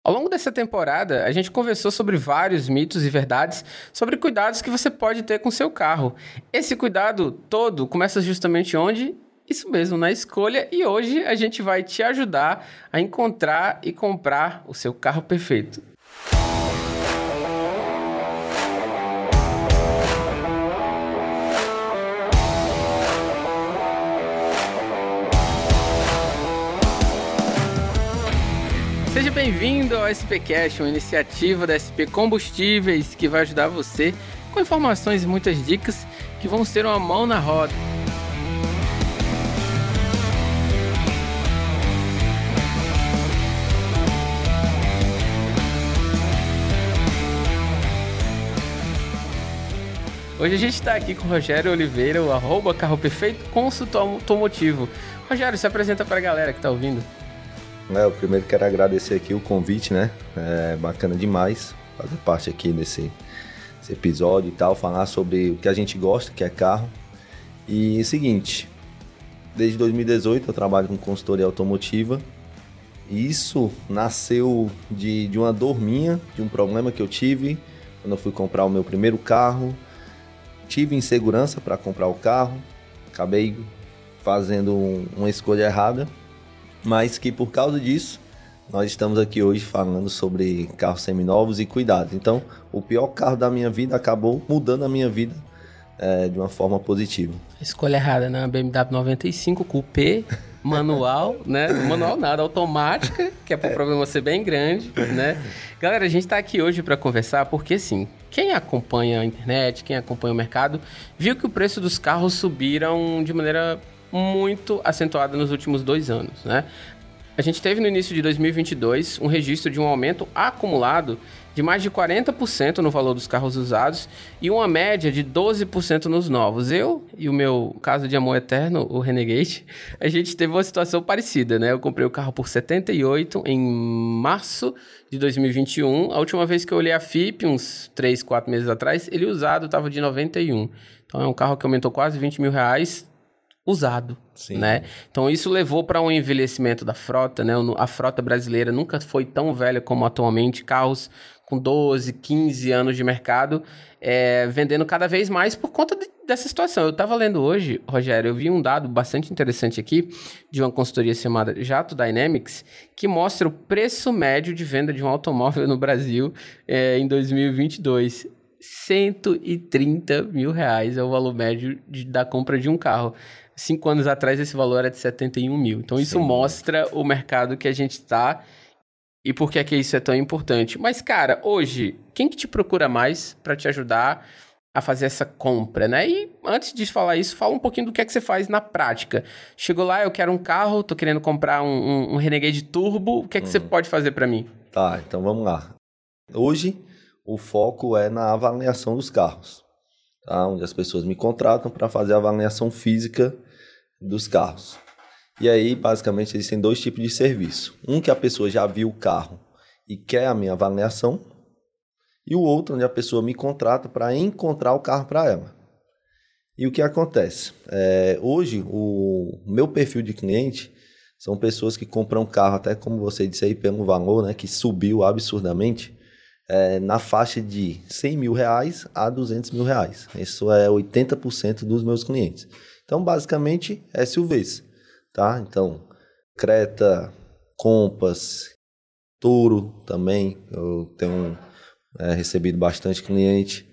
Ao longo dessa temporada, a gente conversou sobre vários mitos e verdades sobre cuidados que você pode ter com seu carro. Esse cuidado todo começa justamente onde? Isso mesmo, na escolha. E hoje a gente vai te ajudar a encontrar e comprar o seu carro perfeito. Seja bem-vindo ao SPCast, uma iniciativa da SP Combustíveis que vai ajudar você com informações e muitas dicas que vão ter uma mão na roda. Hoje a gente está aqui com o Rogério Oliveira, o @carroperfeito, consultor automotivo. Rogério, se apresenta para a galera que está ouvindo. Eu primeiro quero agradecer aqui o convite, né? É bacana demais fazer parte aqui desse episódio e tal, falar sobre o que a gente gosta, que é carro. E é o seguinte, desde 2018 eu trabalho com consultoria automotiva e isso nasceu de uma dor minha, de um problema que eu tive quando eu fui comprar o meu primeiro carro. Tive insegurança para comprar o carro, acabei fazendo uma escolha errada, mas que por causa disso, nós estamos aqui hoje falando sobre carros seminovos e cuidados. Então, o pior carro da minha vida acabou mudando a minha vida de uma forma positiva. Escolha errada, né? BMW 95 Coupé, manual, né? Manual nada, automática, que é para o problema ser bem grande, né? Galera, a gente está aqui hoje para conversar porque, assim, quem acompanha a internet, quem acompanha o mercado, viu que o preço dos carros subiram de maneira muito acentuada nos últimos 2 anos, né? A gente teve no início de 2022 um registro de um aumento acumulado de mais de 40% no valor dos carros usados e uma média de 12% nos novos. Eu e o meu caso de amor eterno, o Renegade, a gente teve uma situação parecida, né? Eu comprei o carro por 78 em março de 2021. A última vez que eu olhei a FIP, uns 3, 4 meses atrás, ele usado estava de 91. Então é um carro que aumentou quase 20 mil reais usado, sim, né? Então isso levou para um envelhecimento da frota, né? A frota brasileira nunca foi tão velha como atualmente, carros com 12, 15 anos de mercado, vendendo cada vez mais por conta dessa situação. Eu estava lendo hoje, Rogério, eu vi um dado bastante interessante aqui de uma consultoria chamada Jato Dynamics, que mostra o preço médio de venda de um automóvel no Brasil em 2022. 130 mil reais é o valor médio da compra de um carro. 5 anos atrás esse valor era de 71 mil. Então isso mostra o mercado que a gente está e por que é que isso é tão importante. Mas, cara, hoje, quem que te procura mais para te ajudar a fazer essa compra, né? E antes de falar isso, fala um pouquinho do que é que você faz na prática. Chegou lá, eu quero um carro, tô querendo comprar um Renegade Turbo, o que é que você pode fazer para mim? Tá, então vamos lá. Hoje, o foco é na avaliação dos carros, tá? Onde as pessoas me contratam para fazer a avaliação física dos carros. E aí, basicamente, existem 2 tipos de serviço. Um que a pessoa já viu o carro e quer a minha avaliação, e o outro onde a pessoa me contrata para encontrar o carro para ela. E o que acontece? Hoje, o meu perfil de cliente são pessoas que compram carro, até como você disse aí, pelo valor, né, que subiu absurdamente, na faixa de 100 mil reais a 200 mil reais. Isso é 80% dos meus clientes. Então, basicamente, SUVs, tá? Então, Creta, Compass, Toro também, eu tenho recebido bastante cliente.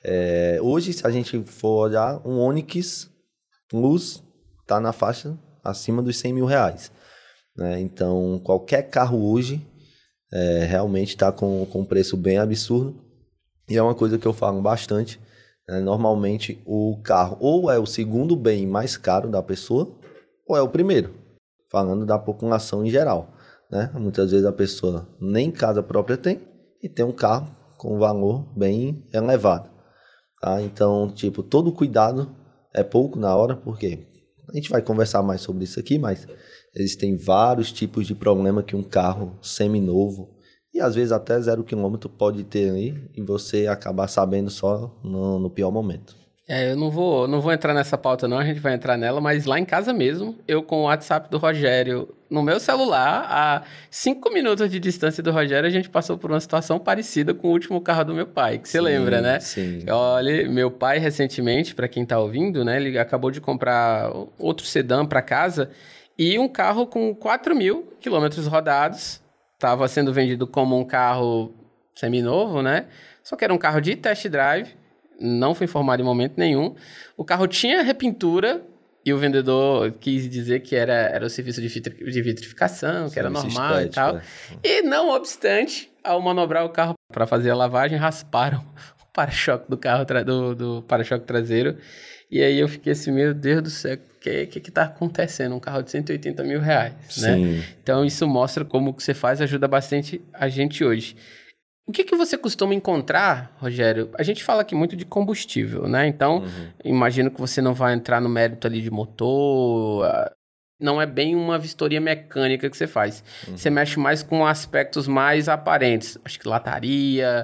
Hoje, se a gente for olhar, um Onix Plus está na faixa acima dos 100 mil reais, né? Então, qualquer carro hoje realmente está com um preço bem absurdo. E é uma coisa que eu falo bastante. Normalmente o carro ou é o segundo bem mais caro da pessoa ou é o primeiro, falando da população em geral, né? Muitas vezes a pessoa nem casa própria tem e tem um carro com um valor bem elevado, tá? Então, tipo, todo cuidado é pouco na hora, porque a gente vai conversar mais sobre isso aqui, mas existem vários tipos de problema que um carro seminovo e às vezes até 0 km pode ter aí e você acabar sabendo só no pior momento. Eu não vou entrar nessa pauta não, a gente vai entrar nela, mas lá em casa mesmo, eu com o WhatsApp do Rogério no meu celular, a 5 minutos de distância do Rogério, a gente passou por uma situação parecida com o último carro do meu pai, que você lembra, né? Sim. Olha, meu pai recentemente, para quem tá ouvindo, né, ele acabou de comprar outro sedã para casa e um carro com 4.000 quilômetros rodados, estava sendo vendido como um carro seminovo, né? Só que era um carro de test drive, não foi informado em momento nenhum. O carro tinha repintura e o vendedor quis dizer que era o serviço de vitrificação, que era normal e tal. E não obstante, ao manobrar o carro para fazer a lavagem, rasparam o para-choque do carro, do para-choque traseiro. E aí eu fiquei assim, meu Deus do céu, o que tá acontecendo? Um carro de 180 mil reais, né? Sim. Então isso mostra como o que você faz ajuda bastante a gente hoje. O que você costuma encontrar, Rogério? A gente fala aqui muito de combustível, né? Então, imagino que você não vai entrar no mérito ali de motor. Não é bem uma vistoria mecânica que você faz. Você mexe mais com aspectos mais aparentes. Acho que lataria,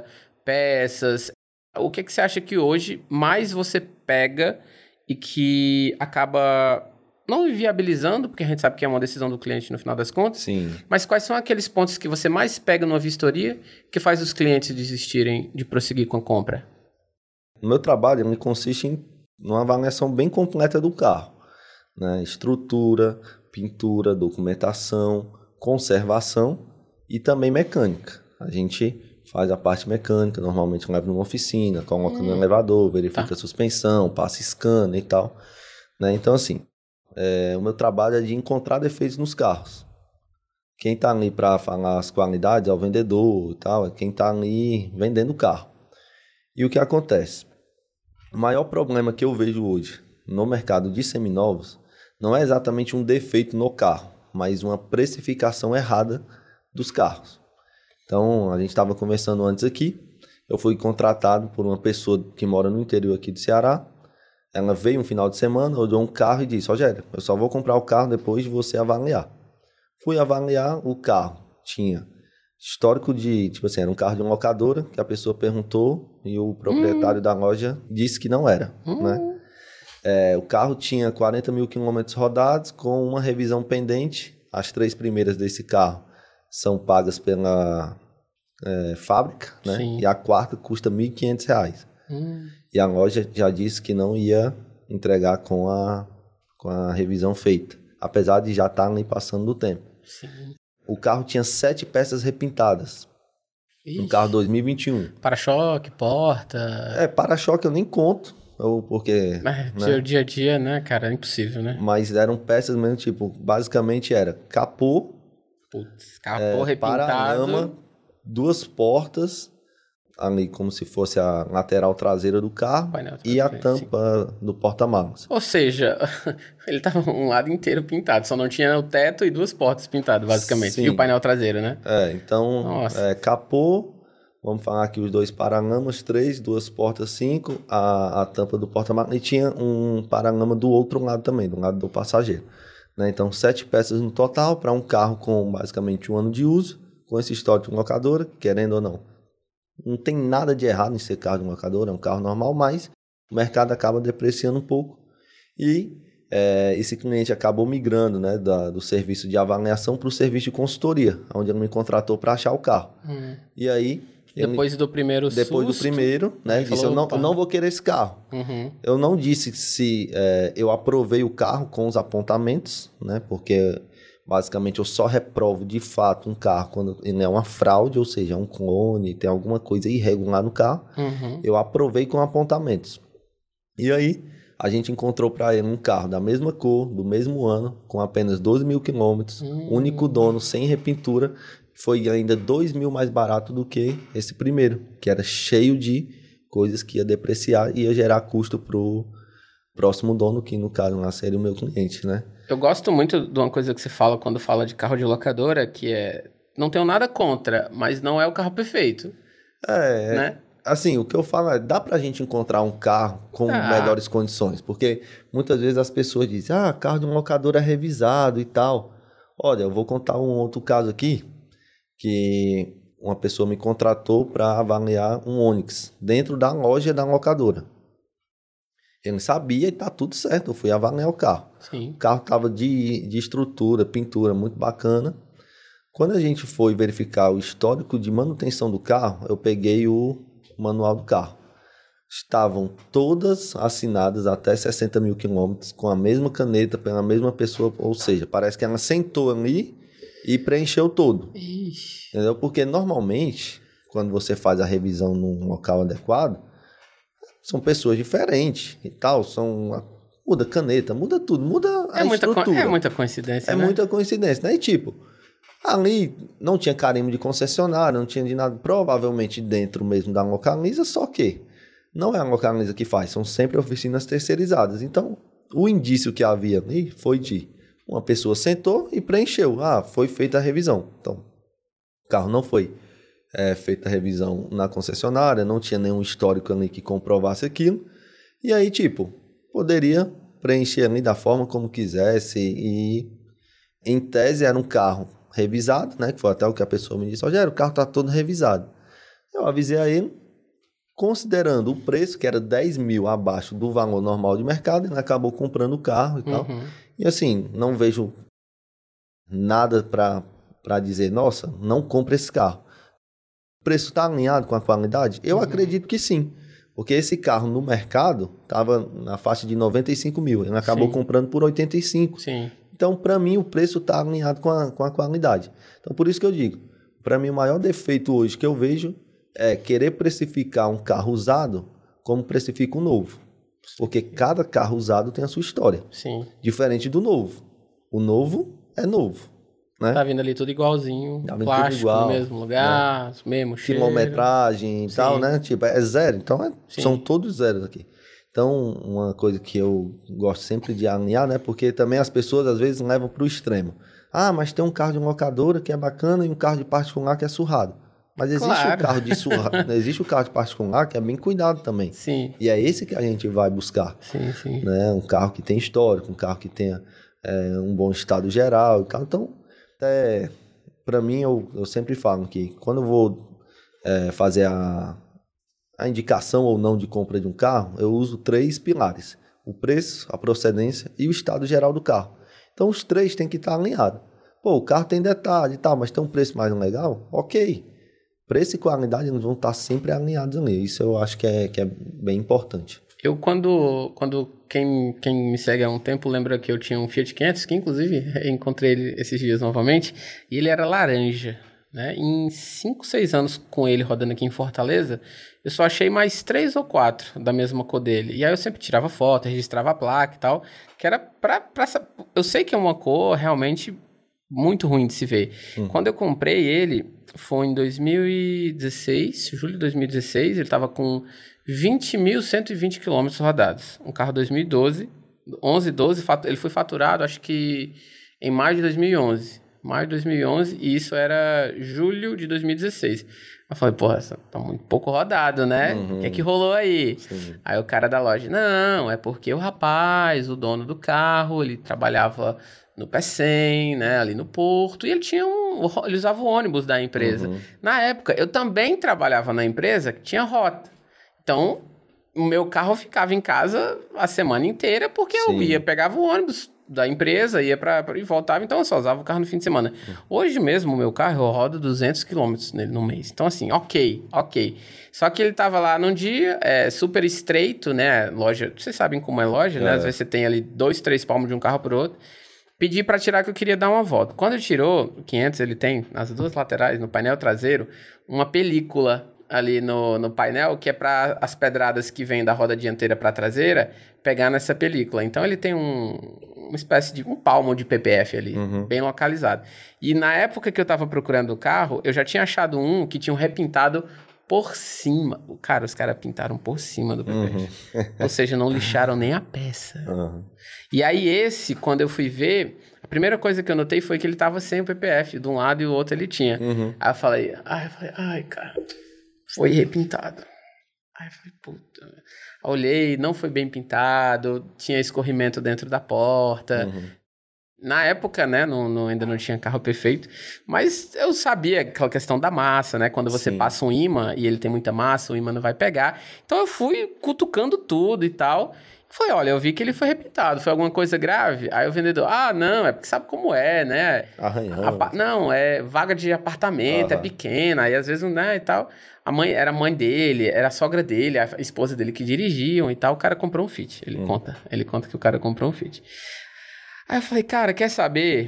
peças. O que você acha que hoje mais você pega e que acaba não inviabilizando, porque a gente sabe que é uma decisão do cliente no final das contas. Sim. Mas quais são aqueles pontos que você mais pega numa vistoria que faz os clientes desistirem de prosseguir com a compra? O meu trabalho ele consiste em uma avaliação bem completa do carro, né? Estrutura, pintura, documentação, conservação e também mecânica. A gente faz a parte mecânica, normalmente leva numa oficina, coloca no elevador, verifica a suspensão, passa scanner e tal, né? Então, assim, o meu trabalho é de encontrar defeitos nos carros. Quem está ali para falar as qualidades é o vendedor e tal, é quem está ali vendendo o carro. E o que acontece? O maior problema que eu vejo hoje no mercado de seminovos não é exatamente um defeito no carro, mas uma precificação errada dos carros. Então, a gente estava conversando antes aqui, eu fui contratado por uma pessoa que mora no interior aqui do Ceará. Ela veio um final de semana, olhou um carro e disse: Rogério, eu só vou comprar o carro depois de você avaliar. Fui avaliar o carro. Tinha histórico de, tipo assim, era um carro de uma locadora que a pessoa perguntou e o proprietário da loja disse que não era, né? O carro tinha 40 mil quilômetros rodados com uma revisão pendente. As 3 primeiras desse carro são pagas pela fábrica, né? Sim. E a quarta custa R$ 1.500. E a loja já disse que não ia entregar com a revisão feita, apesar de já estar ali passando do tempo. Sim. O carro tinha 7 peças repintadas. Um carro 2021. Para-choque, porta. Para-choque eu nem conto, porque... Mas dia a dia, né, cara? É impossível, né? Mas eram peças mesmo, tipo, basicamente era capô, capô repintado. para-lama, 2 portas, ali como se fosse a lateral traseira do carro e a tampa do porta-malas. Ou seja, ele tava um lado inteiro pintado, só não tinha o teto e 2 portas pintadas, basicamente. Sim. E o painel traseiro, né? Então, capô, vamos falar aqui os 2 paralamas, 3, 2 portas, 5, a tampa do porta-malas e tinha um paralama do outro lado também, do lado do passageiro. Né? Então, 7 peças no total para um carro com basicamente 1 ano de uso, com esse histórico de locadora, querendo ou não. Não tem nada de errado em ser carro de locadora, é um carro normal, mas o mercado acaba depreciando um pouco e esse cliente acabou migrando, né, do serviço de avaliação para o serviço de consultoria, onde ele me contratou para achar o carro. E aí... Depois do primeiro, né, disse, eu não vou querer esse carro. Eu não disse se eu aprovei o carro com os apontamentos, né, porque... Basicamente, eu só reprovo de fato um carro quando ele é uma fraude, ou seja, é um clone, tem alguma coisa irregular no carro. Eu aprovei com apontamentos. E aí, a gente encontrou para ele um carro da mesma cor, do mesmo ano, com apenas 12 mil quilômetros, único dono, sem repintura. Foi ainda 2 mil mais barato do que esse primeiro, que era cheio de coisas que ia depreciar e ia gerar custo para o próximo dono, que no caso lá seria o meu cliente, né? Eu gosto muito de uma coisa que você fala quando fala de carro de locadora, que é... Não tenho nada contra, mas não é o carro perfeito. Né? Assim, o que eu falo é, dá pra gente encontrar um carro com melhores condições, porque muitas vezes as pessoas dizem, carro de uma locadora é revisado e tal. Olha, eu vou contar um outro caso aqui, que uma pessoa me contratou para avaliar um Onix dentro da loja da locadora. Ele sabia e tá tudo certo. Eu fui avaliar o carro. Sim. O carro tava de estrutura, pintura, muito bacana. Quando a gente foi verificar o histórico de manutenção do carro, eu peguei o manual do carro. Estavam todas assinadas até 60 mil quilômetros com a mesma caneta, pela mesma pessoa. Ou seja, parece que ela sentou ali e preencheu todo. Ixi. Entendeu? Porque normalmente, quando você faz a revisão num local adequado, são pessoas diferentes e tal. Muda caneta, muda tudo, muda a estrutura. É muita coincidência, É né? muita coincidência, né? E tipo, ali não tinha carimbo de concessionário, não tinha de nada, provavelmente dentro mesmo da localiza, só que não é a localiza que faz, são sempre oficinas terceirizadas. Então, o indício que havia ali foi de uma pessoa sentou e preencheu. Ah, foi feita a revisão. Então, o carro não foi feita a revisão na concessionária, não tinha nenhum histórico ali que comprovasse aquilo. E aí, tipo, poderia preencher ali da forma como quisesse e, em tese, era um carro revisado, né? Que foi até o que a pessoa me disse. Rogério, o carro está todo revisado. Eu avisei a ele, considerando o preço, que era 10 mil abaixo do valor normal de mercado, ele acabou comprando o carro e tal. E assim, não vejo nada para dizer, nossa, não compre esse carro. O preço está alinhado com a qualidade? Eu acredito que sim. Porque esse carro no mercado estava na faixa de 95 mil. Ele acabou comprando por 85. Sim. Então, para mim, o preço está alinhado com a qualidade. Então, por isso que eu digo, para mim, o maior defeito hoje que eu vejo é querer precificar um carro usado como precifica um novo. Porque cada carro usado tem a sua história. Sim. Diferente do novo. O novo é novo. Né? Tá vindo ali tudo igualzinho, Tá vindo plástico tudo igual, no mesmo lugar, mesmo cheiro. Quilometragem e tal, né? Tipo, é zero. Então, são todos zeros aqui. Então, uma coisa que eu gosto sempre de alinhar, né? Porque também as pessoas, às vezes, levam para o extremo. Ah, mas tem um carro de locadora que é bacana e um carro de particular que é surrado. Mas existe o carro de surrado, existe o carro de particular que é bem cuidado também. Sim. E é esse que a gente vai buscar. Sim, sim. Né? Um carro que tem histórico, um carro que tenha um bom estado geral e tal. Então, para mim, eu sempre falo que quando eu vou fazer a indicação ou não de compra de um carro, eu uso 3 pilares. O preço, a procedência e o estado geral do carro. Então, os 3 têm que estar alinhados. Pô, o carro tem detalhe e tal, mas tem um preço mais legal? Ok. Preço e qualidade eles vão estar sempre alinhados ali. Isso eu acho que é bem importante. Eu, quem me segue há um tempo, lembra que eu tinha um Fiat 500, que inclusive encontrei ele esses dias novamente, e ele era laranja, né? Em 5, 6 anos com ele rodando aqui em Fortaleza, eu só achei mais 3 ou 4 da mesma cor dele. E aí eu sempre tirava foto, registrava a placa e tal, que era eu sei que é uma cor realmente muito ruim de se ver. Quando eu comprei ele, foi em 2016, julho de 2016, ele estava com 20.120 quilômetros rodados. Um carro 2012, 12, ele foi faturado, acho que em maio de 2011. Maio de 2011, e isso era julho de 2016. Eu falei, porra, tá muito pouco rodado, né? O que é que rolou aí? Sim. Aí o cara da loja, não, é porque o rapaz, o dono do carro, ele trabalhava no P100, né, ali no Porto, e ele usava o ônibus da empresa. Na época, eu também trabalhava na empresa que tinha rota. Então, o meu carro ficava em casa a semana inteira, porque eu pegava o ônibus da empresa, ia e voltava, então eu só usava o carro no fim de semana. Hoje mesmo, o meu carro, eu rodo 200 quilômetros nele no mês. Então, assim, ok. Só que ele tava lá num dia, super estreito, né, loja, vocês sabem como é loja, né, às vezes você tem ali 2, 3 palmos de um carro pro outro. Pedi para tirar que eu queria dar uma volta. Quando ele tirou, o 500 ele tem, nas 2 laterais, no painel traseiro, uma película ali no painel, que é para as pedradas que vêm da roda dianteira para a traseira, pegar nessa película. Então ele tem uma espécie de um palmo de PPF ali, bem localizado. E na época que eu estava procurando o carro, eu já tinha achado um que tinha um repintado por cima. Cara, os caras pintaram por cima do PPF. Ou seja, não lixaram nem a peça. E aí quando eu fui ver, a primeira coisa que eu notei foi que ele tava sem o PPF. De um lado e o outro ele tinha. Aí eu falei, ai, cara, foi repintado. Aí eu falei, puta. Eu olhei, não foi bem pintado, tinha escorrimento dentro da porta. Na época, né, ainda não tinha carro perfeito, mas eu sabia aquela questão da massa, né? Quando você passa um imã e ele tem muita massa, o imã não vai pegar. Então eu fui cutucando tudo e tal. Eu falei, olha, eu vi que ele foi repintado, foi alguma coisa grave? Aí o vendedor, não, é porque sabe como é, né? Arranhão. Não, é vaga de apartamento, é pequena, aí às vezes, né, e tal. Era a mãe dele, era a sogra dele, a esposa dele que dirigiam e tal, o cara comprou um Fit. Ele conta que o cara comprou um Fit. Aí eu falei, cara, quer saber?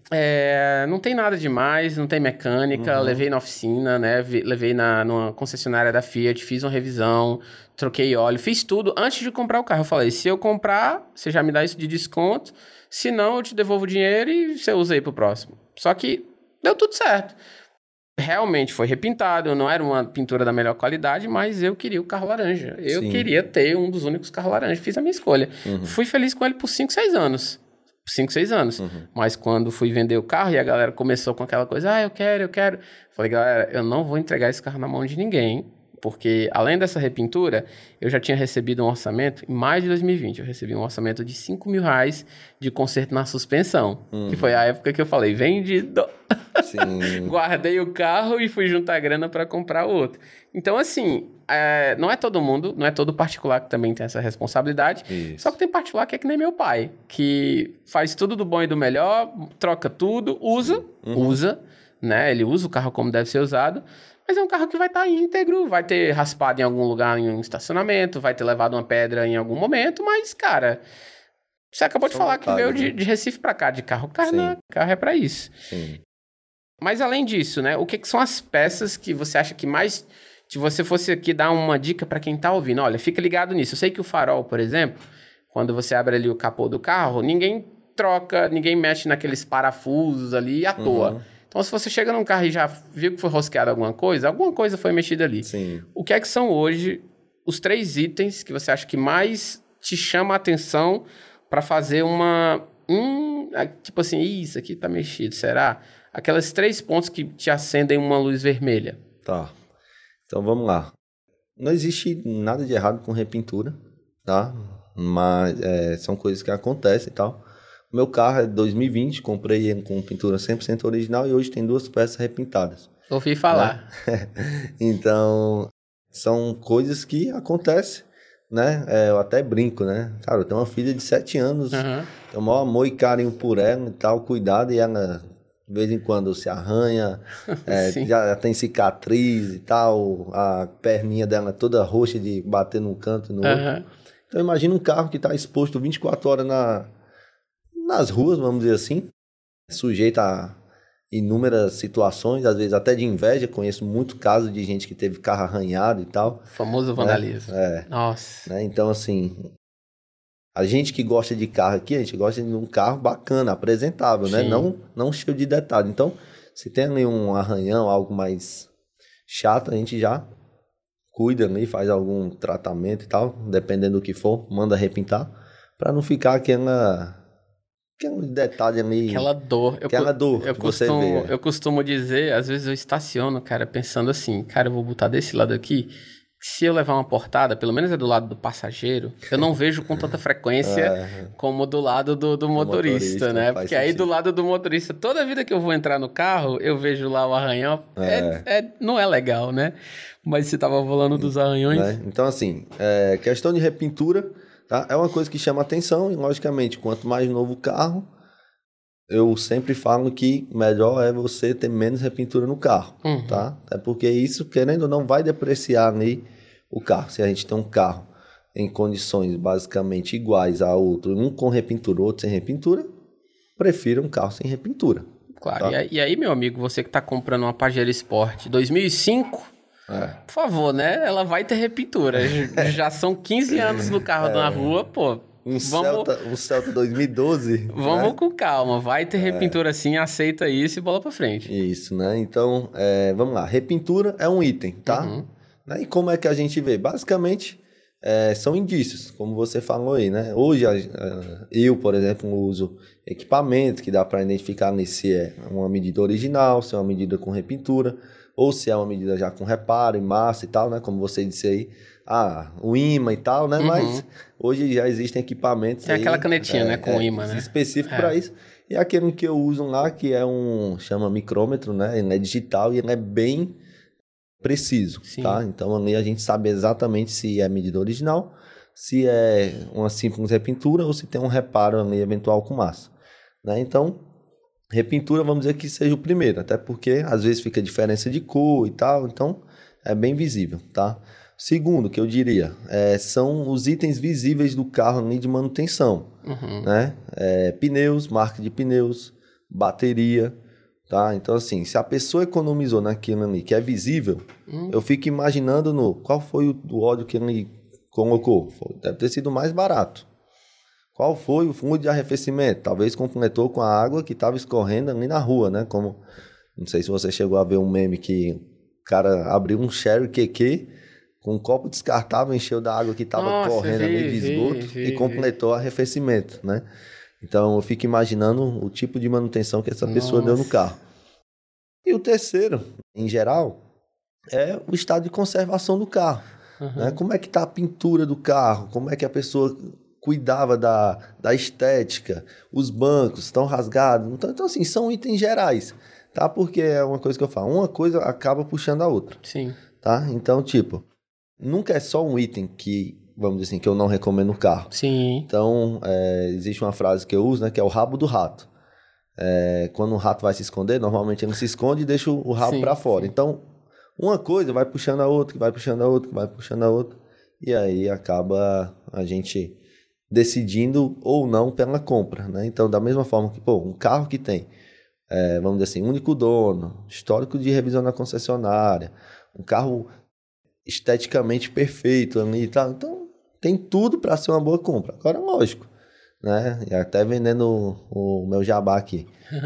Não tem nada demais, não tem mecânica, levei na oficina, né, levei numa concessionária da Fiat, fiz uma revisão, troquei óleo, fiz tudo antes de comprar o carro. Eu falei, se eu comprar, você já me dá isso de desconto, se não, eu te devolvo o dinheiro e você usa aí pro próximo. Só que deu tudo certo. Realmente foi repintado, não era uma pintura da melhor qualidade, mas eu queria o carro laranja. Eu queria ter um dos únicos carros laranja, fiz a minha escolha. Fui feliz com ele por 5, 6 anos. 5, 6 anos. Mas quando fui vender o carro e a galera começou com aquela coisa, eu quero. Falei, galera, eu não vou entregar esse carro na mão de ninguém, porque além dessa repintura, eu já tinha recebido um orçamento, em maio de 2020, eu recebi um orçamento de R$5.000 de conserto na suspensão. Que foi a época que eu falei, vendido. Guardei o carro e fui juntar grana para comprar outro. Então, assim, não é todo mundo, não é todo particular que também tem essa responsabilidade. Isso. Só que tem particular que é que nem meu pai, que faz tudo do bom e do melhor, troca tudo, usa, né? Ele usa o carro como deve ser usado, mas é um carro que vai estar íntegro, vai ter raspado em algum lugar em um estacionamento, vai ter levado uma pedra em algum momento, mas, cara, você acabou de falar que veio de Recife para cá de carro. Carro é para isso. Sim. Mas além disso, né? O que são as peças que você acha que mais... Se você fosse aqui dar uma dica para quem tá ouvindo, olha, fica ligado nisso. Eu sei que o farol, por exemplo, quando você abre ali o capô do carro, ninguém troca, ninguém mexe naqueles parafusos ali à toa. Então, se você chega num carro e já viu que foi rosqueado alguma coisa foi mexida ali. Sim. O que é que são hoje os 3 itens que você acha que mais te chama a atenção para fazer tipo assim, isso aqui tá mexido, será? Aquelas 3 pontos que te acendem uma luz vermelha. Tá. Então, vamos lá. Não existe nada de errado com repintura, tá? Mas são coisas que acontecem e tal. O meu carro é 2020, comprei ele com pintura 100% original e hoje tem 2 peças repintadas. Ouvi falar. Né? Então, são coisas que acontecem, né? Eu até brinco, né? Cara, eu tenho uma filha de 7 anos, tenho o maior amor e carinho por ela e tal, cuidado, e ela... De vez em quando se arranha, já tem cicatriz e tal, a perninha dela toda roxa de bater num canto e no outro. Então imagina um carro que está exposto 24 horas nas ruas, vamos dizer assim, sujeito a inúmeras situações, às vezes até de inveja. Conheço muito caso de gente que teve carro arranhado e tal. Famoso vandalismo. Nossa. Né? Então, assim... A gente que gosta de carro aqui, a gente gosta de um carro bacana, apresentável, né? Não cheio de detalhe. Então, se tem ali um arranhão, algo mais chato, a gente já cuida ali, faz algum tratamento e tal, dependendo do que for, manda repintar, para não ficar aquele detalhe ali. Aquela dor. Eu costumo dizer, às vezes eu estaciono, cara, pensando assim, cara, eu vou botar desse lado aqui. Se eu levar uma portada, pelo menos é do lado do passageiro, eu não vejo com tanta frequência como do lado do motorista, né? Porque aí do lado do motorista, toda vida que eu vou entrar no carro, eu vejo lá o arranhão. Não é legal, né? Mas você tava falando dos arranhões. Né? Então, assim, questão de repintura, tá? É uma coisa que chama atenção e, logicamente, quanto mais novo o carro, eu sempre falo que melhor é você ter menos repintura no carro, tá? É porque isso, querendo ou não, vai depreciar ali o carro. Se a gente tem um carro em condições basicamente iguais a outro, um com repintura, outro sem repintura, prefira um carro sem repintura. Claro. Tá? E aí, meu amigo, você que está comprando uma Pajero Sport 2005, por favor, né? Ela vai ter repintura. Já são 15 anos no carro na rua, pô. Um Celta 2012. Vamos com calma, vai ter repintura sim, aceita isso e bola pra frente. Isso, né? Então, vamos lá. Repintura é um item, tá? Né? E como é que a gente vê? Basicamente, são indícios, como você falou aí, né? Hoje, eu, por exemplo, uso equipamento que dá para identificar se é uma medida original, se é uma medida com repintura, ou se é uma medida já com reparo, em massa e tal, né? Como você disse aí. O imã e tal, né? Mas hoje já existem equipamentos. Tem aquela canetinha, né? Com imã, né? Específico para isso. E aquele que eu uso lá, que é chama micrômetro, né? Ele é digital e ele é bem preciso, tá? Então ali a gente sabe exatamente se é medida original, se é uma simples repintura ou se tem um reparo ali eventual com massa, né? Então, repintura, vamos dizer que seja o primeiro, até porque às vezes fica diferença de cor e tal, então é bem visível, tá? Segundo, que eu diria, são os itens visíveis do carro ali de manutenção, né? Pneus, marca de pneus, bateria, tá? Então, assim, se a pessoa economizou naquilo ali que é visível, eu fico imaginando qual foi o óleo que ele colocou. Deve ter sido mais barato. Qual foi o fundo de arrefecimento? Talvez completou com a água que estava escorrendo ali na rua, né? Como, não sei se você chegou a ver um meme que o cara abriu um Sherry QQ com um copo descartável, encheu da água que estava correndo ali de esgoto e completou o arrefecimento, né? Então, eu fico imaginando o tipo de manutenção que essa pessoa deu no carro. E o terceiro, em geral, é o estado de conservação do carro. Né? Como é que está a pintura do carro? Como é que a pessoa cuidava da estética? Os bancos estão rasgados? Então, assim, são itens gerais, tá? Porque é uma coisa que eu falo, uma coisa acaba puxando a outra. Sim. Tá? Então, tipo, nunca é só um item que, vamos dizer assim, que eu não recomendo no carro. Sim. Então, existe uma frase que eu uso, né, que é o rabo do rato. Quando o rato vai se esconder, normalmente ele se esconde e deixa o rabo para fora. Então, uma coisa vai puxando a outra, que vai puxando a outra, que vai puxando a outra, e aí acaba a gente decidindo ou não pela compra, né? Então, da mesma forma que, um carro que tem, vamos dizer assim, único dono, histórico de revisão na concessionária, um carro esteticamente perfeito ali e tal, então tem tudo para ser uma boa compra. Agora, lógico, né? E até vendendo o meu jabá aqui.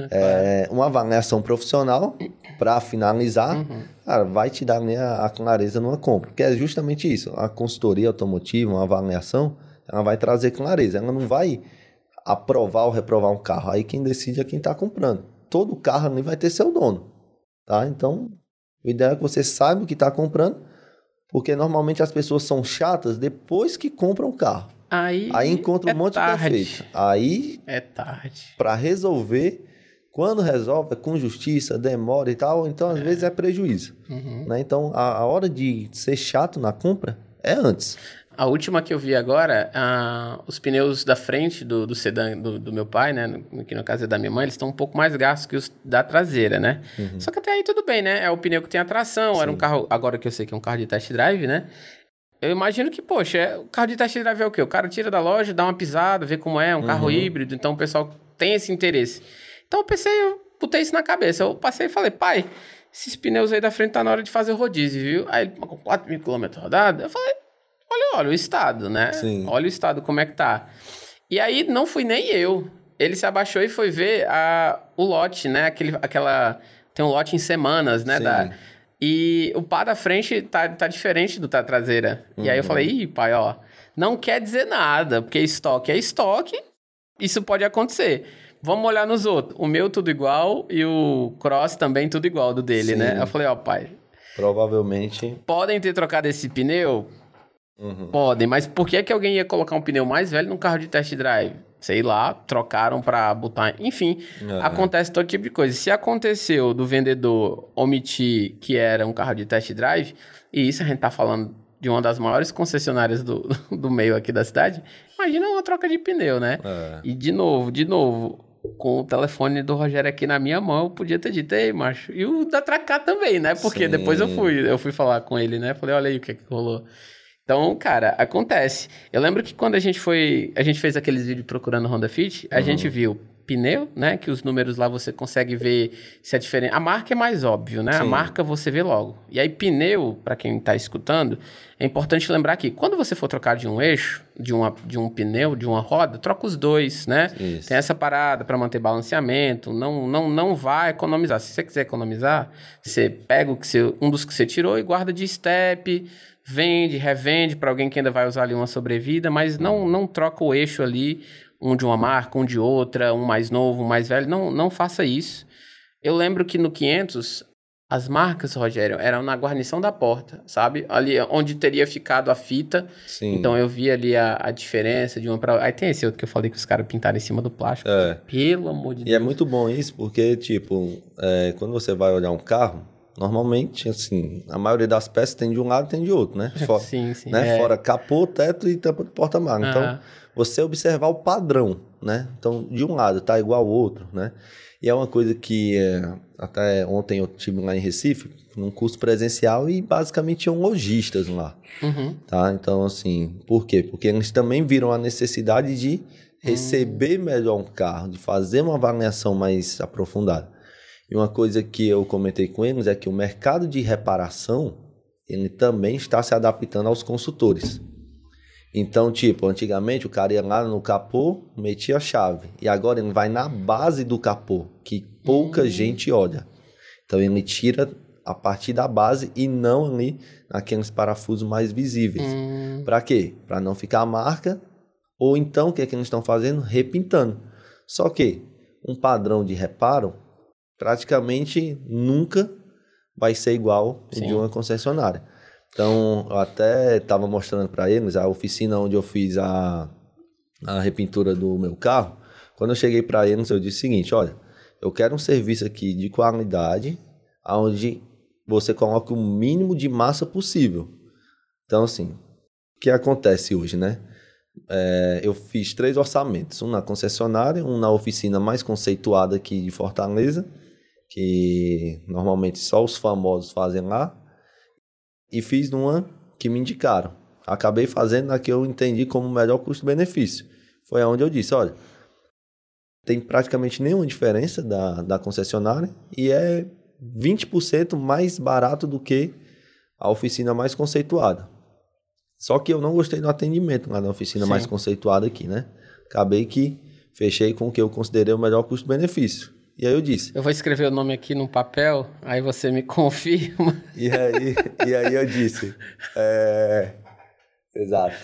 Uma avaliação profissional para finalizar, cara, vai te dar a clareza numa compra, que é justamente isso. A consultoria automotiva, uma avaliação, ela vai trazer clareza, ela não vai aprovar ou reprovar um carro. Aí quem decide é quem está comprando. Todo carro ali vai ter seu dono, tá? Então, o ideal é que você saiba o que está comprando, porque normalmente as pessoas são chatas depois que compram o carro. Aí encontra um monte de defeito. Aí é tarde. Para resolver, quando resolve, é com justiça, demora e tal, então às vezes é prejuízo. Né? Então a hora de ser chato na compra é antes. A última que eu vi agora, os pneus da frente do sedã do meu pai, né? Que no caso é da minha mãe, eles estão um pouco mais gastos que os da traseira, né? Só que até aí tudo bem, né? É o pneu que tem a tração, Sim. Era um carro, agora que eu sei que é um carro de test drive, né? Eu imagino que, poxa, o carro de test drive é o quê? O cara tira da loja, dá uma pisada, vê como é, um carro híbrido, então o pessoal tem esse interesse. Então eu botei isso na cabeça, eu passei e falei, pai, esses pneus aí da frente tá na hora de fazer o rodízio, viu? Aí ele, com 4.000 km rodados, eu falei, olha o estado, né? Sim. Olha o estado, como é que tá. E aí, não fui nem eu. Ele se abaixou e foi ver o lote, né? Tem um lote em semanas, né? E o pá da frente tá diferente do da traseira. E aí eu falei, ih, pai, ó, não quer dizer nada, porque estoque é estoque, isso pode acontecer. Vamos olhar nos outros. O meu tudo igual e o Cross também tudo igual do dele, Sim. né? Eu falei, ó, pai... Provavelmente... Podem ter trocado esse pneu? Podem, mas por que alguém ia colocar um pneu mais velho num carro de test drive? Sei lá, trocaram pra botar... Enfim, acontece todo tipo de coisa. Se aconteceu do vendedor omitir que era um carro de test drive, e isso a gente tá falando de uma das maiores concessionárias do meio aqui da cidade, imagina uma troca de pneu, né? E de novo, com o telefone do Rogério aqui na minha mão, eu podia ter dito, ei, macho, e o da Tracá também, né? Porque Sim. depois eu fui falar com ele, né? Falei, olha aí o que rolou. Então, cara, acontece. Eu lembro que quando a gente fez aqueles vídeos procurando Honda Fit, a gente viu pneu, né? Que os números lá você consegue ver se é diferente. A marca é mais óbvio, né? Sim. A marca você vê logo. E aí, pneu, para quem tá escutando, é importante lembrar que quando você for trocar de um eixo, de um pneu, de uma roda, troca os dois, né? Isso. Tem essa parada para manter balanceamento, não vai economizar. Se você quiser economizar, você pega um dos que você tirou e guarda de step, vende, revende para alguém que ainda vai usar ali uma sobrevida, mas não troca o eixo ali, um de uma marca, um de outra, um mais novo, um mais velho, não faça isso. Eu lembro que no 500, as marcas, Rogério, eram na guarnição da porta, sabe? Ali onde teria ficado a fita. Sim. Então eu vi ali a diferença de uma para outra. Aí tem esse outro que eu falei que os caras pintaram em cima do plástico. Pelo amor de Deus. E é muito bom isso, porque, tipo, quando você vai olhar um carro, Normalmente, assim, a maioria das peças tem de um lado e tem de outro, né? Fora, sim. Né? Fora capô, teto e tampa do porta-malas. Então, você observar o padrão, né? Então, de um lado tá igual ao outro, né? E é uma coisa que até ontem eu estive lá em Recife, num curso presencial, e basicamente tinham lojistas lá, tá? Então, assim, por quê? Porque eles também viram a necessidade de receber melhor um carro, de fazer uma avaliação mais aprofundada. E uma coisa que eu comentei com eles é que o mercado de reparação, ele também está se adaptando aos consultores. Então, tipo, antigamente o cara ia lá no capô, metia a chave. E agora ele vai na base do capô, que pouca gente olha. Então ele tira a partir da base e não ali naqueles parafusos mais visíveis. Para quê? Para não ficar a marca. Ou então, o que é que eles estão fazendo? Repintando. Só que um padrão de reparo praticamente nunca vai ser igual de uma concessionária. Então, eu até estava mostrando para eles a oficina onde eu fiz a repintura do meu carro. Quando eu cheguei para eles, eu disse o seguinte: olha, eu quero um serviço aqui de qualidade, onde você coloca o mínimo de massa possível. Então, assim, o que acontece hoje, né? Eu fiz 3 orçamentos, um na concessionária, um na oficina mais conceituada aqui de Fortaleza, que normalmente só os famosos fazem lá, e fiz numa que me indicaram. Acabei fazendo na que eu entendi como melhor custo-benefício. Foi onde eu disse: olha, tem praticamente nenhuma diferença da concessionária e é 20% mais barato do que a oficina mais conceituada. Só que eu não gostei do atendimento lá na oficina mais conceituada aqui, né? Acabei que fechei com o que eu considerei o melhor custo-benefício. E aí eu disse... Eu vou escrever o nome aqui no papel, aí você me confirma. E aí eu disse... Exato.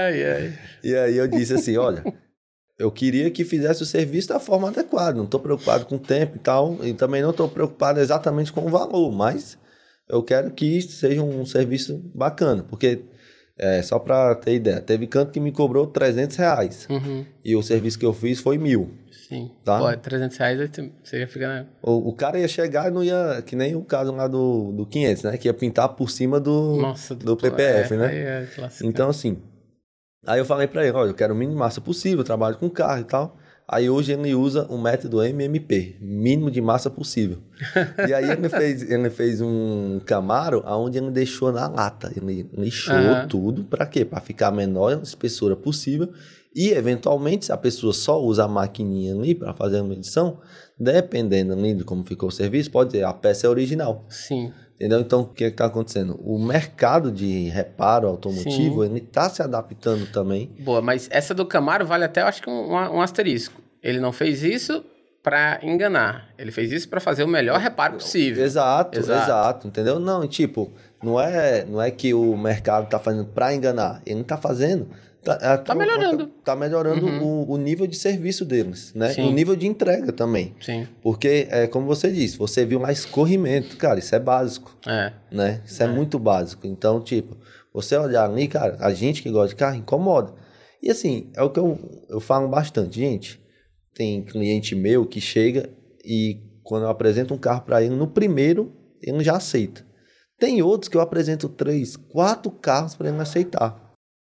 E aí eu disse assim, olha... Eu queria que fizesse o serviço da forma adequada. Não estou preocupado com o tempo e tal. E também não estou preocupado exatamente com o valor. Mas eu quero que seja um serviço bacana. Porque... só para ter ideia, teve canto que me cobrou R$300 e o serviço que eu fiz foi 1.000. Sim, tá? Pô, R$300 aí você ia ficar... O cara ia chegar e não ia, que nem o caso lá do 500, né? Que ia pintar por cima do PPF, né? Então assim, aí eu falei para ele, olha, eu quero o mínimo de massa possível, eu trabalho com carro e tal. Aí hoje ele usa o método MMP, mínimo de massa possível. E aí ele fez um Camaro onde ele deixou na lata. Ele lixou tudo. Para quê? Para ficar a menor espessura possível. E, eventualmente, se a pessoa só usa a maquininha ali para fazer a medição, dependendo ali de como ficou o serviço, pode dizer, a peça é original. Sim. Entendeu? Então, o que está acontecendo? O mercado de reparo automotivo, ele está se adaptando também. Boa, mas essa do Camaro vale até, eu acho que um asterisco. Ele não fez isso para enganar. Ele fez isso para fazer o melhor reparo possível. Exato. Entendeu? Não, tipo, não é que o mercado está fazendo para enganar. Ele está fazendo... Tá melhorando. Tá melhorando o nível de serviço deles, né? Sim. O nível de entrega também. Sim. Porque, como você disse, você viu lá escorrimento, cara, isso é básico. Né? Isso é muito básico. Então, tipo, você olhar ali, cara, a gente que gosta de carro incomoda. E assim, é o que eu falo bastante, gente. Tem cliente meu que chega e quando eu apresento um carro para ele, no primeiro ele já aceita. Tem outros que eu apresento 3, 4 carros para ele aceitar.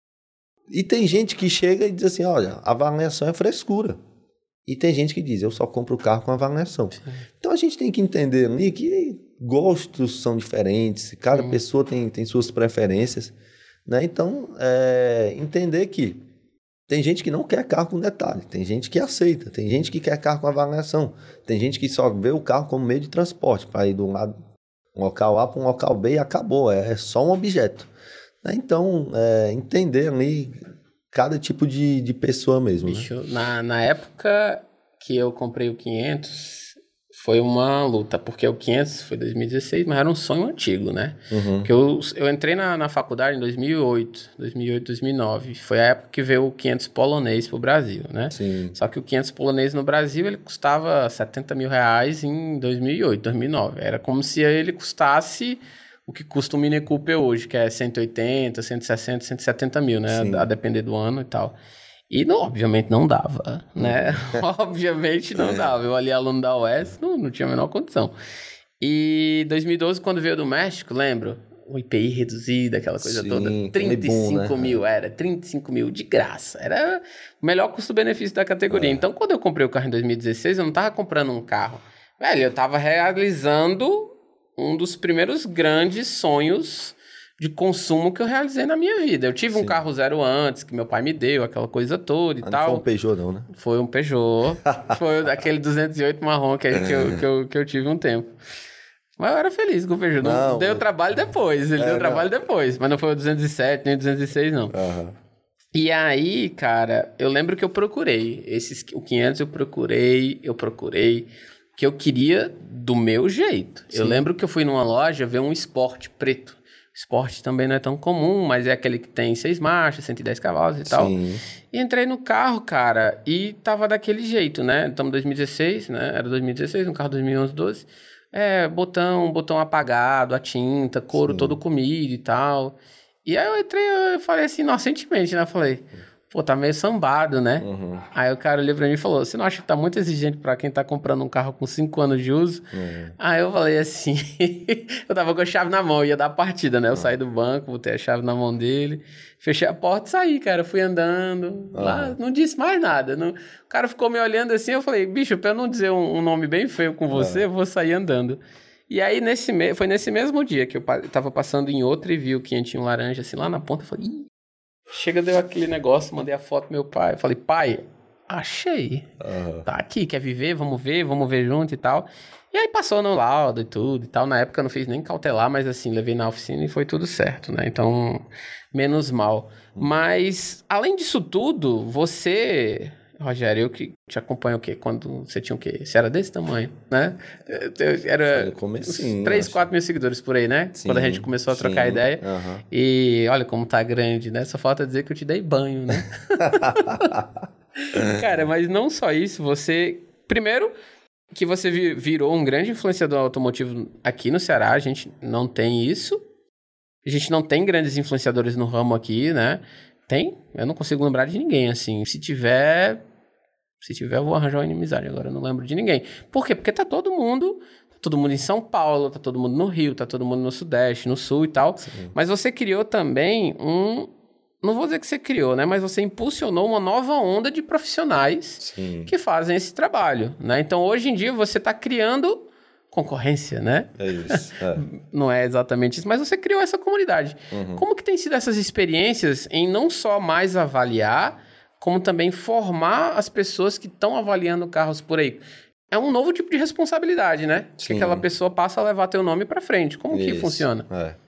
E tem gente que chega e diz assim, olha, a avaliação é frescura. E tem gente que diz, eu só compro o carro com avaliação. Sim. Então a gente tem que entender ali que gostos são diferentes, cada pessoa tem suas preferências, né? Então, entender que tem gente que não quer carro com detalhe, tem gente que aceita, tem gente que quer carro com avaliação, tem gente que só vê o carro como meio de transporte, para ir de um lado, um local A para um local B e acabou, é só um objeto. Então, entender ali cada tipo de pessoa mesmo. Bicho, né? Na época que eu comprei o 500, foi uma luta, porque o 500 foi 2016, mas era um sonho antigo, né? Porque eu entrei na faculdade em 2008, 2009. Foi a época que veio o 500 polonês pro Brasil, né? Sim. Só que o 500 polonês no Brasil, ele custava R$70 mil em 2008, 2009. Era como se ele custasse o que custa um Mini Cooper hoje, que é 180, 160, 170 mil, né? Sim. A depender do ano e tal. E, obviamente, não dava, né? Obviamente não dava. Eu ali, aluno da UES, não tinha a menor condição. E 2012, quando veio do México, lembro? O IPI reduzido, aquela coisa toda. 35 mil, era 35 mil de graça. Era o melhor custo-benefício da categoria. Então, quando eu comprei o carro em 2016, eu não tava comprando um carro. Velho, eu tava realizando um dos primeiros grandes sonhos de consumo que eu realizei na minha vida. Eu tive um carro zero antes, que meu pai me deu, aquela coisa toda e tal. Não foi um Peugeot não, né? Foi um Peugeot. Foi aquele 208 marrom que eu tive um tempo. Mas eu era feliz com o Peugeot. Não, deu trabalho depois. Ele deu trabalho depois. Mas não foi o 207, nem o 206, não. E aí, cara, eu lembro que eu procurei. O 500 eu procurei. Que eu queria do meu jeito. Sim. Eu lembro que eu fui numa loja ver um Sport preto. Sport também não é tão comum, mas é aquele que tem 6 marchas, 110 cavalos e tal. Sim. E entrei no carro, cara, e tava daquele jeito, né? Estamos em 2016, né? Era 2016, um carro 2011, 12. Botão apagado, a tinta, couro todo comido e tal. E aí eu entrei, eu falei assim, inocentemente, né? Eu falei, pô, tá meio sambado, né? Aí o cara olhou pra mim e falou, você não acha que tá muito exigente pra quem tá comprando um carro com 5 anos de uso? Aí eu falei assim, eu tava com a chave na mão, ia dar a partida, né? Eu saí do banco, botei a chave na mão dele, fechei a porta e saí, cara. Fui andando, lá, não disse mais nada. O cara ficou me olhando assim, eu falei, bicho, pra eu não dizer um nome bem feio com você, eu vou sair andando. E aí, foi nesse mesmo dia que eu tava passando em outro e vi o quinhentinho laranja, assim, lá na ponta, eu falei, ih, chega, deu aquele negócio, mandei a foto pro meu pai. Eu falei, pai, achei. Tá aqui, quer viver? Vamos ver junto e tal. E aí passou no laudo e tudo e tal. Na época eu não fiz nem cautelar, mas assim, levei na oficina e foi tudo certo, né? Então, menos mal. Mas, além disso tudo, você... Rogério, eu que te acompanho o quê? Quando você tinha o quê? Você era desse tamanho, né? Era uns 3, 4 mil seguidores por aí, né? Sim, quando a gente começou a trocar ideia. E olha como tá grande, né? Só falta dizer que eu te dei banho, né? Cara, mas não só isso, você... Primeiro, que você virou um grande influenciador automotivo aqui no Ceará. A gente não tem isso. A gente não tem grandes influenciadores no ramo aqui, né? Tem? Eu não consigo lembrar de ninguém, assim. Se tiver, eu vou arranjar uma inimizade. Agora eu não lembro de ninguém. Por quê? Porque tá todo mundo em São Paulo, tá todo mundo no Rio, tá todo mundo no Sudeste, no Sul e tal. Sim. Mas você criou também não vou dizer que você criou, né? Mas você impulsionou uma nova onda de profissionais que fazem esse trabalho, né? Então, hoje em dia, você tá criando concorrência, né? É isso. Não é exatamente isso, mas você criou essa comunidade. Como que tem sido essas experiências em não só mais avaliar, como também formar as pessoas que estão avaliando carros por aí? É um novo tipo de responsabilidade, né? Sim. Que aquela pessoa passa a levar teu nome para frente. Como que funciona?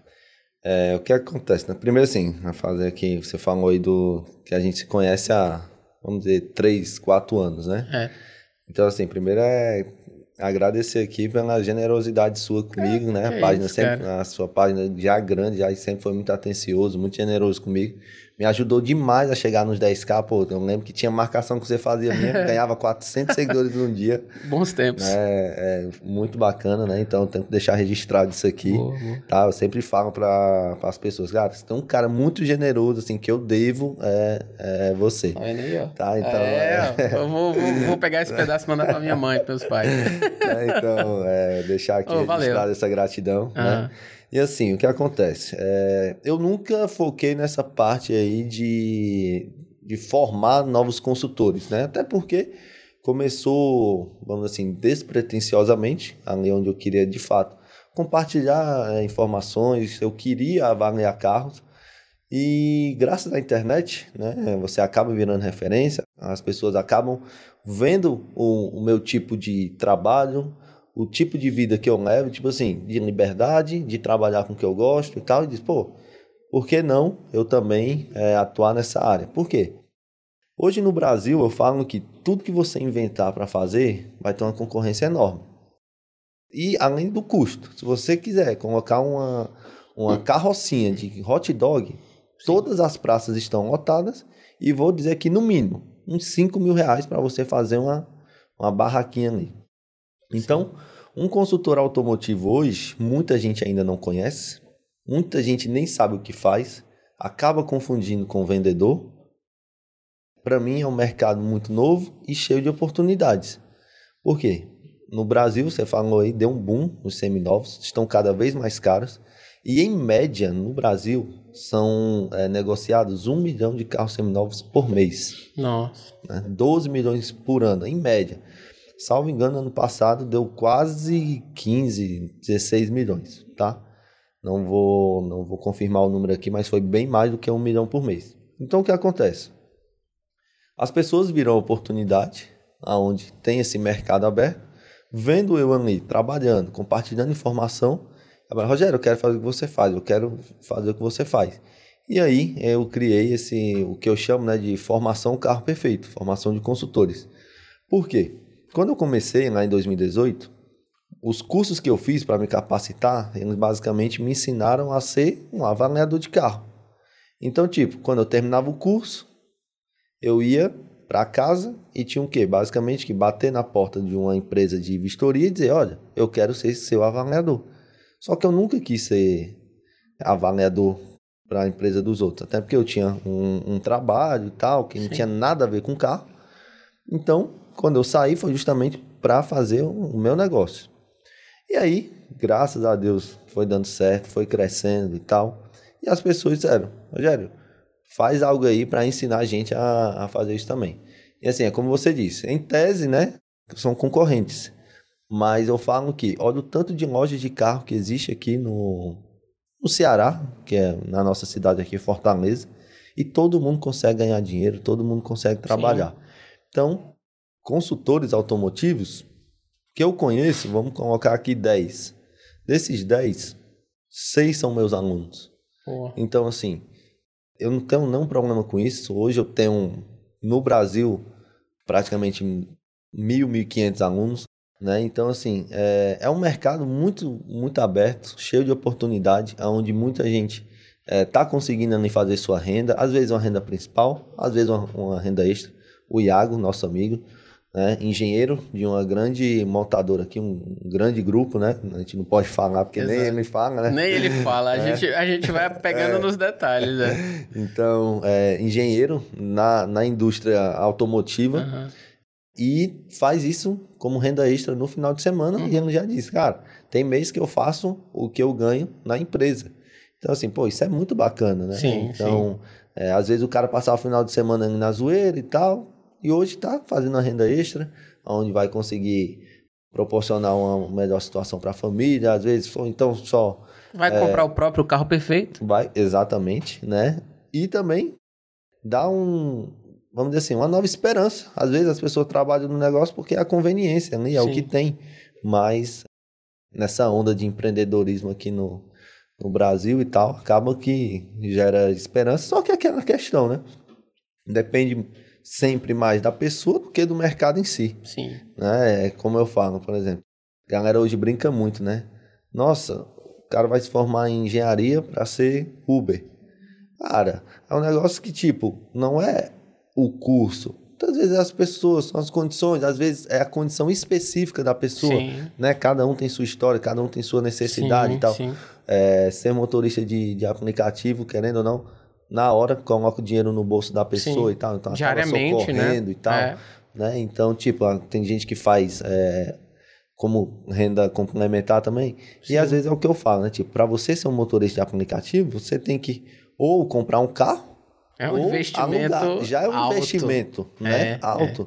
O que acontece, né? Primeiro, assim, a fase aqui, você falou aí que a gente se conhece há, vamos dizer, 3, 4 anos, né? Então, assim, primeiro agradecer aqui pela generosidade sua comigo, né? A página a sua página já grande, já sempre foi muito atencioso, muito generoso comigo. Me ajudou demais a chegar nos 10K, pô. Eu lembro que tinha marcação que você fazia minha, ganhava 400 seguidores num dia. Bons tempos. Muito bacana, né? Então, eu tenho que deixar registrado isso aqui, boa. Tá? Eu sempre falo para as pessoas, cara, você tem um cara muito generoso, assim, que eu devo você. Olha aí, ó. Tá? Então, eu vou pegar esse pedaço e mandar pra minha mãe, pros meus pais. Então, deixar aqui registrado essa gratidão, né? E assim, o que acontece? Eu nunca foquei nessa parte aí de formar novos consultores, né? Até porque começou, vamos assim, despretensiosamente, ali onde eu queria, de fato, compartilhar informações, eu queria avaliar carros. E graças à internet, né, você acaba virando referência, as pessoas acabam vendo o meu tipo de trabalho, o tipo de vida que eu levo, tipo assim, de liberdade, de trabalhar com o que eu gosto e tal, e diz, pô, por que não eu também atuar nessa área? Por quê? Hoje no Brasil eu falo que tudo que você inventar para fazer vai ter uma concorrência enorme. E além do custo, se você quiser colocar uma carrocinha de hot dog, todas as praças estão lotadas e vou dizer que no mínimo uns 5 mil reais para você fazer uma barraquinha ali. Então, um consultor automotivo hoje, muita gente ainda não conhece, muita gente nem sabe o que faz, acaba confundindo com o vendedor. Para mim é um mercado muito novo e cheio de oportunidades. Por quê? no Brasil, você falou aí, deu um boom nos seminovos, estão cada vez mais caros. E em média, no Brasil, são negociados 1 milhão de carros seminovos por mês. Nossa. Né? 12 milhões por ano, em média. Salvo engano, ano passado deu quase 15, 16 milhões, tá? Não vou confirmar o número aqui, mas foi bem mais do que 1 milhão por mês. Então, o que acontece? As pessoas viram a oportunidade, onde tem esse mercado aberto, vendo eu ali, trabalhando, compartilhando informação. Rogério, eu quero fazer o que você faz, eu quero fazer o que você faz. E aí, eu criei o que eu chamo, né, de formação carro perfeito, formação de consultores. Por quê? Quando eu comecei lá em 2018, os cursos que eu fiz para me capacitar, eles basicamente me ensinaram a ser um avaliador de carro. Então, tipo, quando eu terminava o curso, eu ia para casa e tinha o quê? Basicamente que bater na porta de uma empresa de vistoria e dizer, olha, eu quero ser seu avaliador. Só que eu nunca quis ser avaliador para a empresa dos outros, até porque eu tinha um trabalho e tal, que não tinha nada a ver com carro. Então, quando eu saí, foi justamente para fazer o meu negócio. E aí, graças a Deus, foi dando certo, foi crescendo e tal. E as pessoas disseram, Rogério, faz algo aí para ensinar a gente a fazer isso também. E assim, é como você disse, em tese, né, são concorrentes. Mas eu falo que, olha o tanto de lojas de carro que existe aqui no Ceará, que é na nossa cidade aqui, Fortaleza, e todo mundo consegue ganhar dinheiro, todo mundo consegue trabalhar. Sim. Então, consultores automotivos que eu conheço, vamos colocar aqui 10. Desses 10, 6 são meus alunos. Então, assim, eu não tenho nenhum problema com isso. Hoje eu tenho, no Brasil, praticamente 1.500 alunos. Né? Então, assim, é um mercado muito, muito aberto, cheio de oportunidade, onde muita gente está conseguindo ali fazer sua renda, às vezes uma renda principal, às vezes uma renda extra. O Iago, nosso amigo, né? Engenheiro de uma grande montadora aqui, um grande grupo, né? A gente não pode falar, porque nem ele fala, né? Nem ele fala, a gente vai pegando nos detalhes. Né? Então, engenheiro na indústria automotiva, e faz isso como renda extra no final de semana. E ele já disse, cara, tem mês que eu faço o que eu ganho na empresa. Então, assim, pô, isso é muito bacana, né? Sim, então, às vezes o cara passava o final de semana na zoeira e tal, e hoje tá fazendo a renda extra, onde vai conseguir proporcionar uma melhor situação para a família, às vezes, ou então só... Vai comprar o próprio carro perfeito. Vai, exatamente, né? E também dá vamos dizer assim, uma nova esperança. Às vezes as pessoas trabalham no negócio porque é a conveniência, né? É o que tem. Mas nessa onda de empreendedorismo aqui no Brasil e tal, acaba que gera esperança. Só que é aquela questão, né? Depende sempre mais da pessoa do que do mercado em si. Sim. Né? Como eu falo, por exemplo, a galera hoje brinca muito, né? Nossa, o cara vai se formar em engenharia para ser Uber. Cara, é um negócio que, tipo, não é o curso. Muitas vezes as pessoas, são as condições, às vezes é a condição específica da pessoa, né? Cada um tem sua história, cada um tem sua necessidade e tal. Ser motorista de aplicativo, querendo ou não, na hora coloca o dinheiro no bolso da pessoa e tal, então diariamente, acaba socorrendo, né? E tal, né? Então, tipo, tem gente que faz como renda complementar também. E às vezes é o que eu falo, né? Tipo, para você ser um motorista de aplicativo, você tem que ou comprar um carro, é um investimento alugar. Já é um alto. Investimento, né? Alto.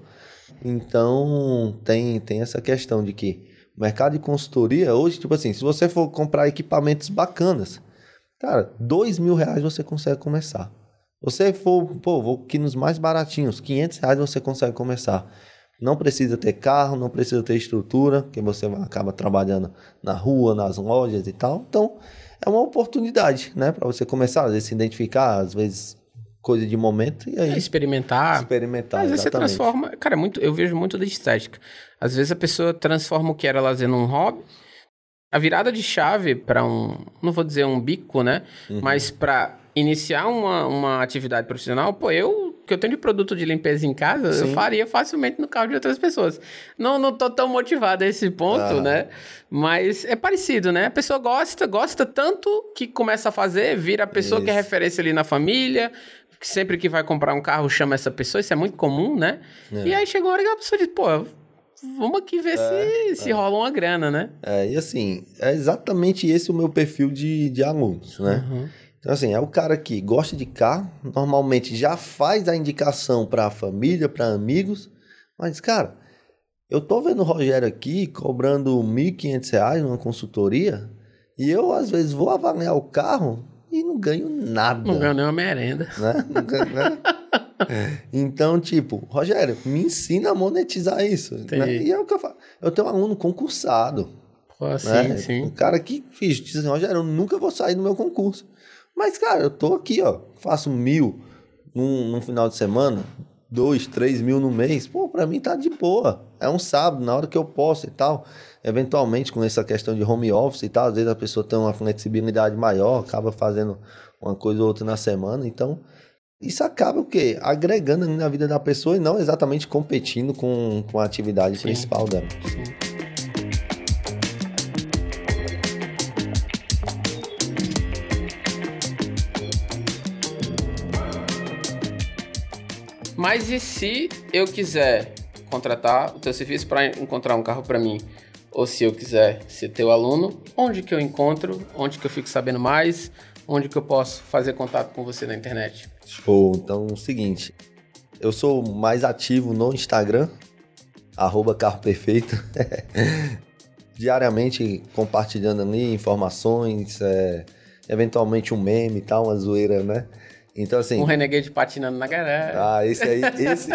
Então, tem essa questão de que o mercado de consultoria hoje, tipo assim, se você for comprar equipamentos bacanas, cara, R$2.000 você consegue começar. Você for, vou aqui nos mais baratinhos, R$500 você consegue começar. Não precisa ter carro, não precisa ter estrutura, que você acaba trabalhando na rua, nas lojas e tal. Então, é uma oportunidade, né? Para você começar, às vezes, se identificar, às vezes, coisa de momento, e aí... Experimentar. Às vezes exatamente. Você transforma... Cara, eu vejo muito da estética. Às vezes a pessoa transforma o que era lazer num hobby. A virada de chave para não vou dizer um bico, né? Mas para iniciar uma atividade profissional, que eu tenho de produto de limpeza em casa, eu faria facilmente no carro de outras pessoas. Não tô tão motivado a esse ponto, né? Mas é parecido, né? A pessoa gosta tanto que começa a fazer, vira a pessoa que é referência ali na família, sempre que vai comprar um carro chama essa pessoa, isso é muito comum, né? E aí chega uma hora que a pessoa diz, vamos aqui ver se rola uma grana, né? E assim, é exatamente esse o meu perfil de alunos, né? Uhum. Então assim, é o cara que gosta de carro, normalmente já faz a indicação para a família, para amigos, mas cara, eu tô vendo o Rogério aqui cobrando R$ 1.500 numa consultoria e eu às vezes vou avaliar o carro e não ganho nada. Não ganho nem uma merenda. Né? Né? Então, tipo, Rogério, me ensina a monetizar isso. Né? E é o que eu falo. Eu tenho um aluno concursado. Pô, né? Sim. Um cara que diz assim, Rogério, eu nunca vou sair do meu concurso. Mas, cara, eu tô aqui, ó, faço 1.000 num final de semana, 2, 3 mil no mês. Pô, pra mim tá de boa. É um sábado, na hora que eu posso e tal. Eventualmente, com essa questão de home office e tal, às vezes a pessoa tem uma flexibilidade maior, acaba fazendo uma coisa ou outra na semana. Então, isso acaba o quê? Agregando ali na vida da pessoa e não exatamente competindo com a atividade principal dela. Sim. Mas e se eu quiser contratar o teu serviço para encontrar um carro para mim? Ou se eu quiser ser teu aluno, onde que eu encontro? Onde que eu fico sabendo mais? Onde que eu posso fazer contato com você na internet? Show. Então, é o seguinte, eu sou mais ativo no Instagram, @carroperfeito, diariamente compartilhando ali informações, eventualmente um meme e tal, uma zoeira, né? Então, assim... Um Renegade patinando na garagem. Esse aí,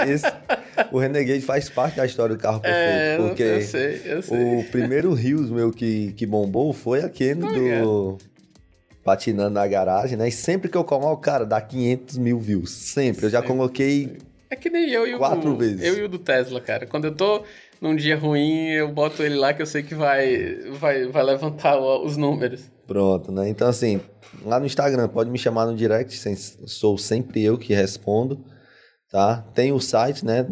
o Renegade faz parte da história do Carro Perfeito, porque eu sei. O primeiro Reels meu que bombou foi aquele do... patinando na garagem, né? E sempre que eu coloco, cara, dá 500 mil views. Sempre. Eu já coloquei... É que nem eu e 4 vezes. Eu e o do Tesla, cara. Quando eu tô num dia ruim, eu boto ele lá que eu sei que vai levantar os números. Pronto, né? Então, assim, lá no Instagram, pode me chamar no direct, sou sempre eu que respondo, tá? Tem o site, né?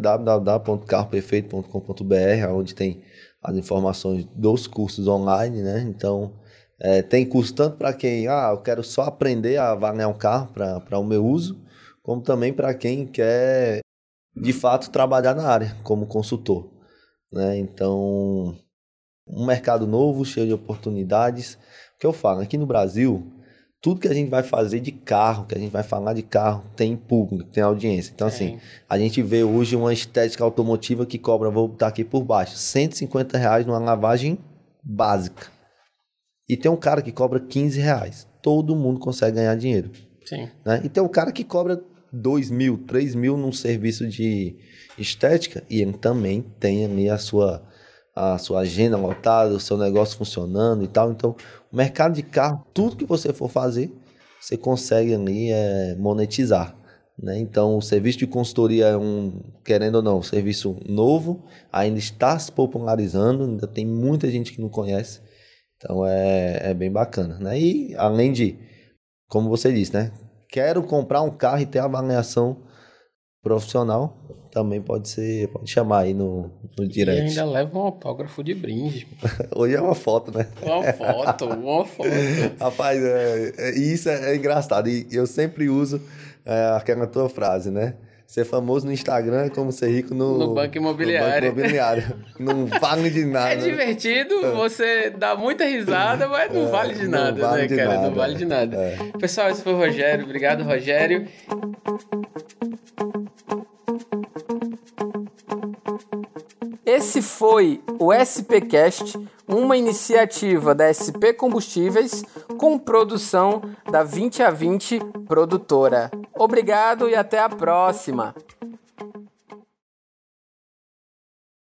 www.carroperfeito.com.br, onde tem as informações dos cursos online, né? Então... tem curso tanto para quem, eu quero só aprender a avaliar um carro para o meu uso, como também para quem quer, de fato, trabalhar na área como consultor, né? Então, um mercado novo, cheio de oportunidades. O que eu falo, aqui no Brasil, tudo que a gente vai fazer de carro, que a gente vai falar de carro, tem público, tem audiência. Então, assim, a gente vê hoje uma estética automotiva que cobra, vou botar aqui por baixo, R$150 numa lavagem básica. E tem um cara que cobra R$15. Todo mundo consegue ganhar dinheiro. Sim. Né? E tem um cara que cobra 2.000, 3.000 num serviço de estética e ele também tem ali a sua agenda lotada, o seu negócio funcionando e tal. Então, o mercado de carro, tudo que você for fazer, você consegue ali monetizar. Né? Então, o serviço de consultoria é querendo ou não, um serviço novo, ainda está se popularizando, ainda tem muita gente que não conhece. Então, é bem bacana, né? E, além de, como você disse, né? Quero comprar um carro e ter avaliação profissional, também pode chamar aí no direct. E ainda leva um autógrafo de brinde. Hoje é uma foto, né? Uma foto. Rapaz, isso é engraçado. E eu sempre uso aquela tua frase, né? Ser famoso no Instagram é como ser rico no Banco Imobiliário. Não vale de nada. É divertido, você dá muita risada, mas não vale de nada, vale né, de cara? nada. Não vale de nada. Pessoal, esse foi o Rogério. Obrigado, Rogério. Esse foi o SPcast, uma iniciativa da SP Combustíveis com produção da 20 a 20 produtora. Obrigado e até a próxima!